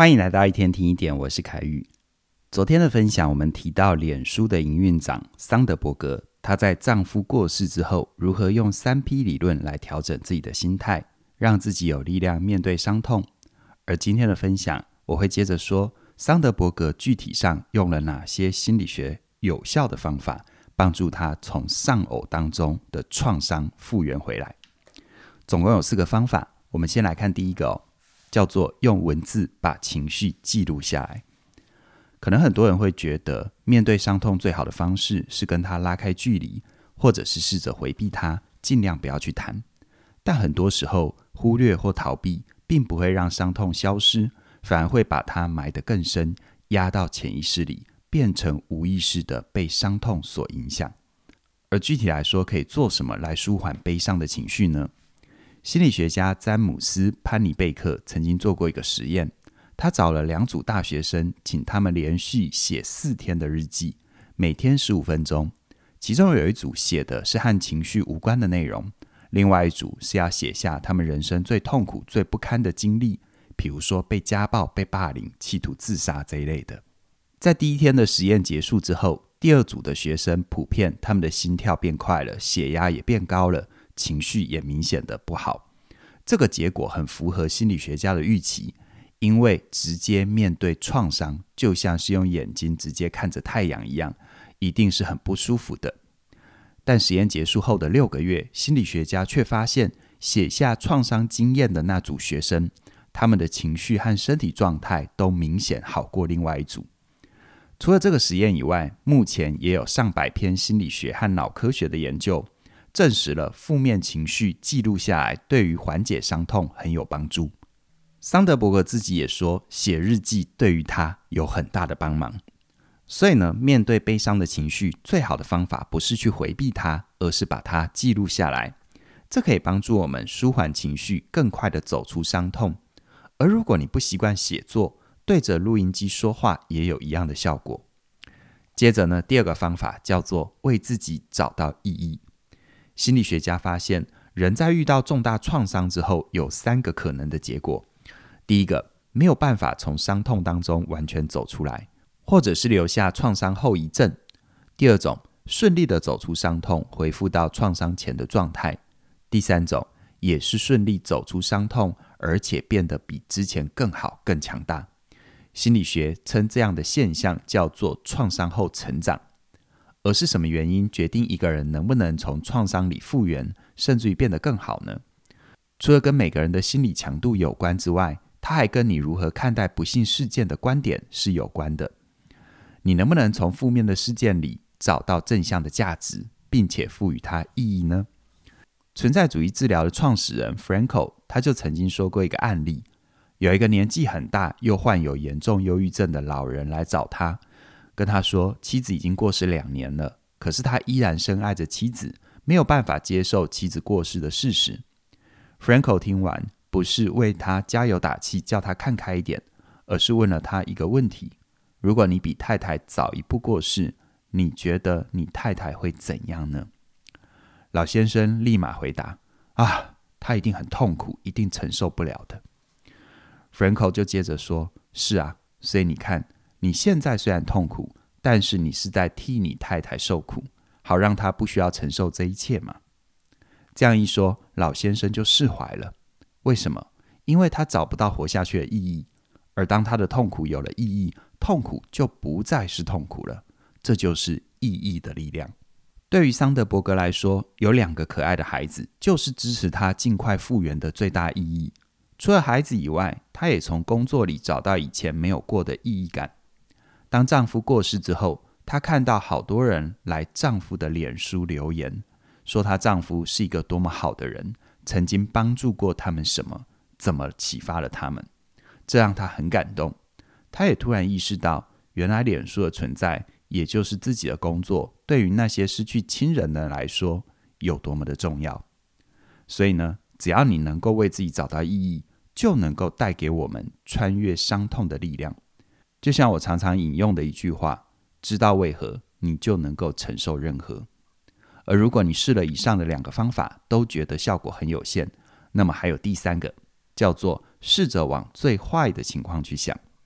欢迎来到一天听一点，我是凯宇。昨天的分享我们提到脸书的营运长桑德伯格，她在丈夫过世之后，如何用3P 理论来调整自己的心态，让自己有力量面对伤痛。而今天的分享我会接着说，桑德伯格具体上用了哪些心理学有效的方法，帮助她从丧偶当中的创伤复原回来。总共有4个方法，我们先来看第一个叫做用文字把情绪记录下来。可能很多人会觉得，面对伤痛最好的方式是跟他拉开距离，或者是试着回避他，尽量不要去谈。但很多时候，忽略或逃避并不会让伤痛消失，反而会把它埋得更深，压到潜意识里，变成无意识的被伤痛所影响。而具体来说，可以做什么来舒缓悲伤的情绪呢？心理学家詹姆斯·潘尼贝克曾经做过一个实验，他找了2组大学生，请他们连续写4天的日记，每天15分钟。其中有一组写的是和情绪无关的内容，另外一组是要写下他们人生最痛苦、最不堪的经历，比如说被家暴、被霸凌、企图自杀这一类的。在第1天的实验结束之后，第2组的学生普遍他们的心跳变快了，血压也变高了，情绪也明显的不好。这个结果很符合心理学家的预期，因为直接面对创伤就像是用眼睛直接看着太阳一样，一定是很不舒服的。但实验结束后的6个月，心理学家却发现，写下创伤经验的那组学生，他们的情绪和身体状态都明显好过另外一组。除了这个实验以外，目前也有上百篇心理学和脑科学的研究，证实了负面情绪记录下来对于缓解伤痛很有帮助。桑德伯格自己也说，写日记对于他有很大的帮忙。所以呢，面对悲伤的情绪，最好的方法不是去回避它，而是把它记录下来。这可以帮助我们舒缓情绪，更快的走出伤痛。而如果你不习惯写作，对着录音机说话也有一样的效果。接着呢，第2个方法叫做为自己找到意义。心理学家发现，人在遇到重大创伤之后，有3个可能的结果。第一个，没有办法从伤痛当中完全走出来，或者是留下创伤后遗症。第2种，顺利的走出伤痛，恢复到创伤前的状态。第3种，也是顺利走出伤痛，而且变得比之前更好、更强大。心理学称这样的现象叫做创伤后成长。而是什么原因决定一个人能不能从创伤里复原，甚至于变得更好呢？除了跟每个人的心理强度有关之外，它还跟你如何看待不幸事件的观点是有关的。你能不能从负面的事件里找到正向的价值，并且赋予它意义呢？存在主义治疗的创始人 Frankl 他就曾经说过一个案例，有一个年纪很大又患有严重忧郁症的老人来找他，跟他说妻子已经过世2年了，可是他依然深爱着妻子，没有办法接受妻子过世的事实。Frankl 听完，不是为他加油打气，叫他看开一点，而是问了他一个问题：如果你比太太早1步过世，你觉得你太太会怎样呢？老先生立马回答：他一定很痛苦，一定承受不了的。Frankl 就接着说：是啊，所以你看，你现在虽然痛苦，但是你是在替你太太受苦，好让她不需要承受这一切嘛。这样一说，老先生就释怀了。为什么？因为他找不到活下去的意义，而当他的痛苦有了意义，痛苦就不再是痛苦了。这就是意义的力量。对于桑德伯格来说，有2个可爱的孩子，就是支持他尽快复原的最大意义。除了孩子以外，他也从工作里找到以前没有过的意义感。当丈夫过世之后，她看到好多人来丈夫的脸书留言，说她丈夫是一个多么好的人，曾经帮助过他们什么，怎么启发了他们。这让她很感动。她也突然意识到，原来脸书的存在，也就是自己的工作，对于那些失去亲人的人来说，有多么的重要。所以呢，只要你能够为自己找到意义，就能够带给我们穿越伤痛的力量。就像我常常引用的一句话，知道为何，你就能够承受任何。而如果你试了以上的2个方法，都觉得效果很有限，那么还有第3个，叫做试着往最坏的情况去想。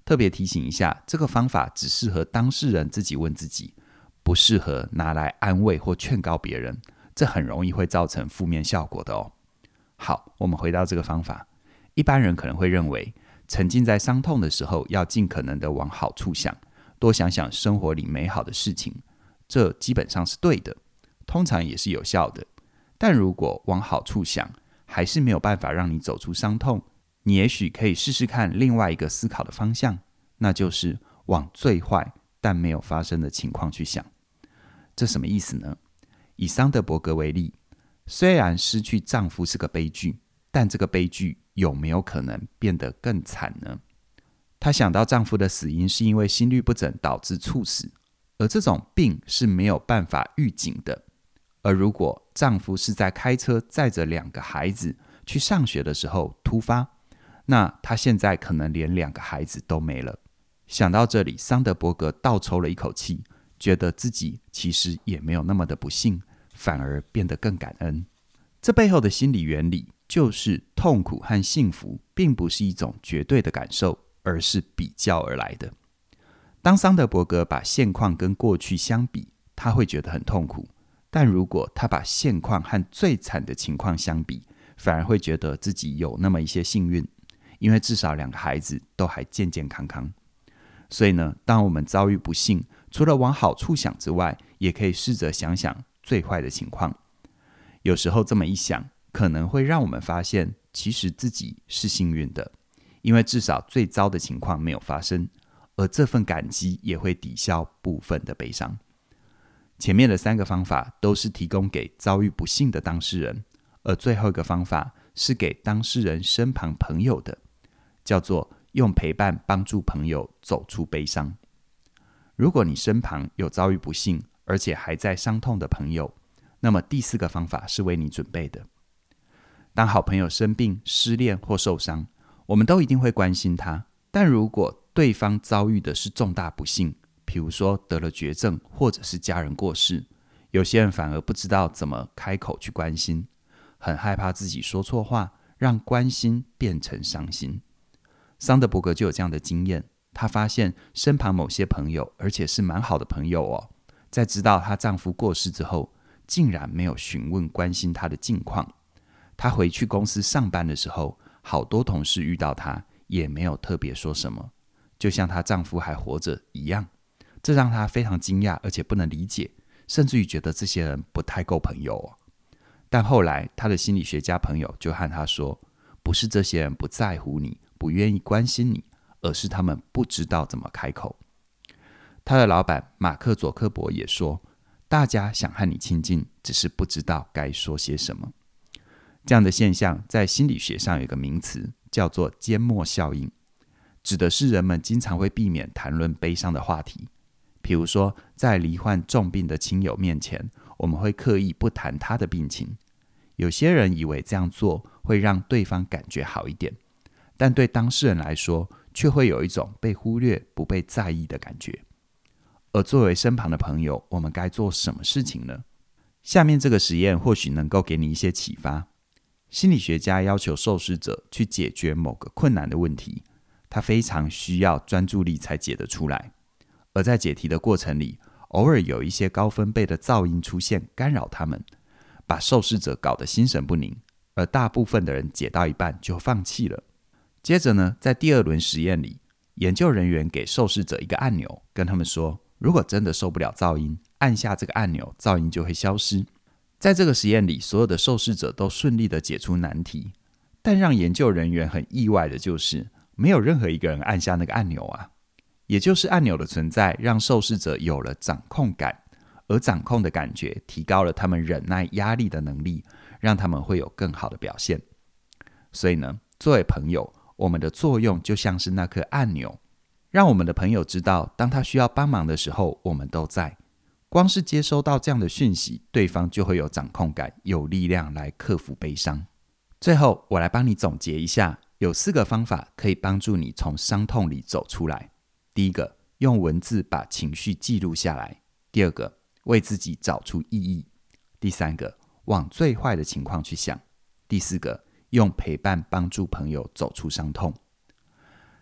特别提醒一下，这个方法只适合当事人自己问自己，不适合拿来安慰或劝告别人，这很容易会造成负面效果的哦。好，我们回到这个方法，一般人可能会认为，沉浸在伤痛的时候，要尽可能的往好处想，多想想生活里美好的事情，这基本上是对的，通常也是有效的。但如果往好处想，还是没有办法让你走出伤痛，你也许可以试试看另外一个思考的方向，那就是往最坏但没有发生的情况去想。这什么意思呢？以桑德伯格为例，虽然失去丈夫是个悲剧，但这个悲剧有没有可能变得更惨呢？她想到丈夫的死因是因为心律不整导致猝死，而这种病是没有办法预警的。而如果丈夫是在开车载着2个孩子去上学的时候突发，那她现在可能连2个孩子都没了。想到这里，桑德伯格倒抽了一口气，觉得自己其实也没有那么的不幸，反而变得更感恩。这背后的心理原理就是痛苦和幸福并不是一种绝对的感受，而是比较而来的。当桑德伯格把现况跟过去相比，他会觉得很痛苦，但如果他把现况和最惨的情况相比，反而会觉得自己有那么一些幸运，因为至少2个孩子都还健健康康。所以呢，当我们遭遇不幸，除了往好处想之外，也可以试着想想最坏的情况。有时候这么一想，可能会让我们发现，其实自己是幸运的，因为至少最糟的情况没有发生，而这份感激也会抵消部分的悲伤。前面的3个方法都是提供给遭遇不幸的当事人，而最后一个方法是给当事人身旁朋友的，叫做用陪伴帮助朋友走出悲伤。如果你身旁有遭遇不幸，而且还在伤痛的朋友，那么第4个方法是为你准备的。当好朋友生病、失恋或受伤，我们都一定会关心他，但如果对方遭遇的是重大不幸，比如说得了绝症，或者是家人过世，有些人反而不知道怎么开口去关心，很害怕自己说错话，让关心变成伤心。桑德伯格就有这样的经验，她发现身旁某些朋友，而且是蛮好的朋友哦，在知道她丈夫过世之后，竟然没有询问关心她的近况。她回去公司上班的时候，好多同事遇到她，也没有特别说什么，就像她丈夫还活着一样。这让她非常惊讶，而且不能理解，甚至于觉得这些人不太够朋友哦。但后来她的心理学家朋友就和她说，不是这些人不在乎你，不愿意关心你，而是他们不知道怎么开口。她的老板马克·佐克伯也说，大家想和你亲近，只是不知道该说些什么。这样的现象在心理学上有一个名词，叫做缄默效应，指的是人们经常会避免谈论悲伤的话题。比如说，在罹患重病的亲友面前，我们会刻意不谈他的病情。有些人以为这样做会让对方感觉好一点，但对当事人来说，却会有一种被忽略、不被在意的感觉。而作为身旁的朋友，我们该做什么事情呢？下面这个实验或许能够给你一些启发。心理学家要求受试者去解决某个困难的问题，他非常需要专注力才解得出来。而在解题的过程里，偶尔有一些高分贝的噪音出现，干扰他们，把受试者搞得心神不宁，而大部分的人解到一半就放弃了。接着呢，在第2轮实验里，研究人员给受试者一个按钮，跟他们说，如果真的受不了噪音，按下这个按钮，噪音就会消失。在这个实验里，所有的受试者都顺利地解出难题，但让研究人员很意外的就是，没有任何一个人按下那个按钮啊。也就是按钮的存在，让受试者有了掌控感，而掌控的感觉提高了他们忍耐压力的能力，让他们会有更好的表现。所以呢，作为朋友，我们的作用就像是那颗按钮，让我们的朋友知道，当他需要帮忙的时候，我们都在。光是接收到这样的讯息，对方就会有掌控感，有力量来克服悲伤。最后，我来帮你总结一下，有4个方法可以帮助你从伤痛里走出来。第1个，用文字把情绪记录下来。第2个，为自己找出意义。第3个，往最坏的情况去想。第4个，用陪伴帮助朋友走出伤痛。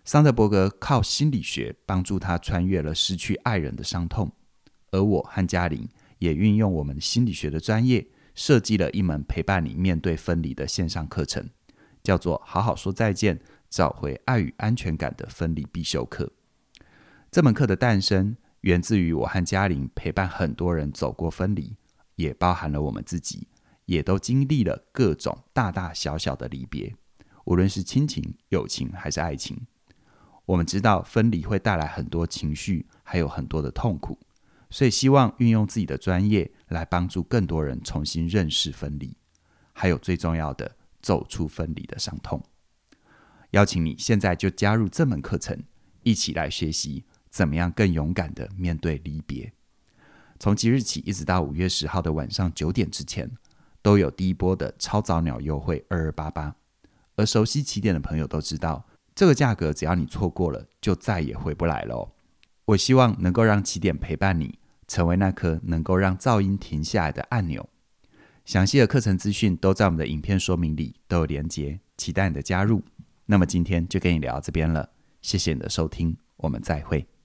桑德伯格靠心理学帮助他穿越了失去爱人的伤痛，而我和嘉玲也运用我们心理学的专业，设计了一门陪伴你面对分离的线上课程，叫做好好说再见，找回爱与安全感的分离必修课。这门课的诞生源自于我和嘉玲陪伴很多人走过分离，也包含了我们自己，也都经历了各种大大小小的离别，无论是亲情、友情还是爱情。我们知道分离会带来很多情绪，还有很多的痛苦，所以希望运用自己的专业来帮助更多人重新认识分离，还有最重要的，走出分离的伤痛。邀请你现在就加入这门课程，一起来学习怎么样更勇敢地面对离别。从即日起一直到5月10号的晚上9点之前，都有第一波的超早鸟优惠2288，而熟悉起点的朋友都知道，这个价格只要你错过了，就再也回不来了哦。我希望能够让起点陪伴你，成为那颗能够让噪音停下来的按钮。详细的课程资讯都在我们的影片说明里都有连结，期待你的加入。那么今天就跟你聊到这边了，谢谢你的收听，我们再会。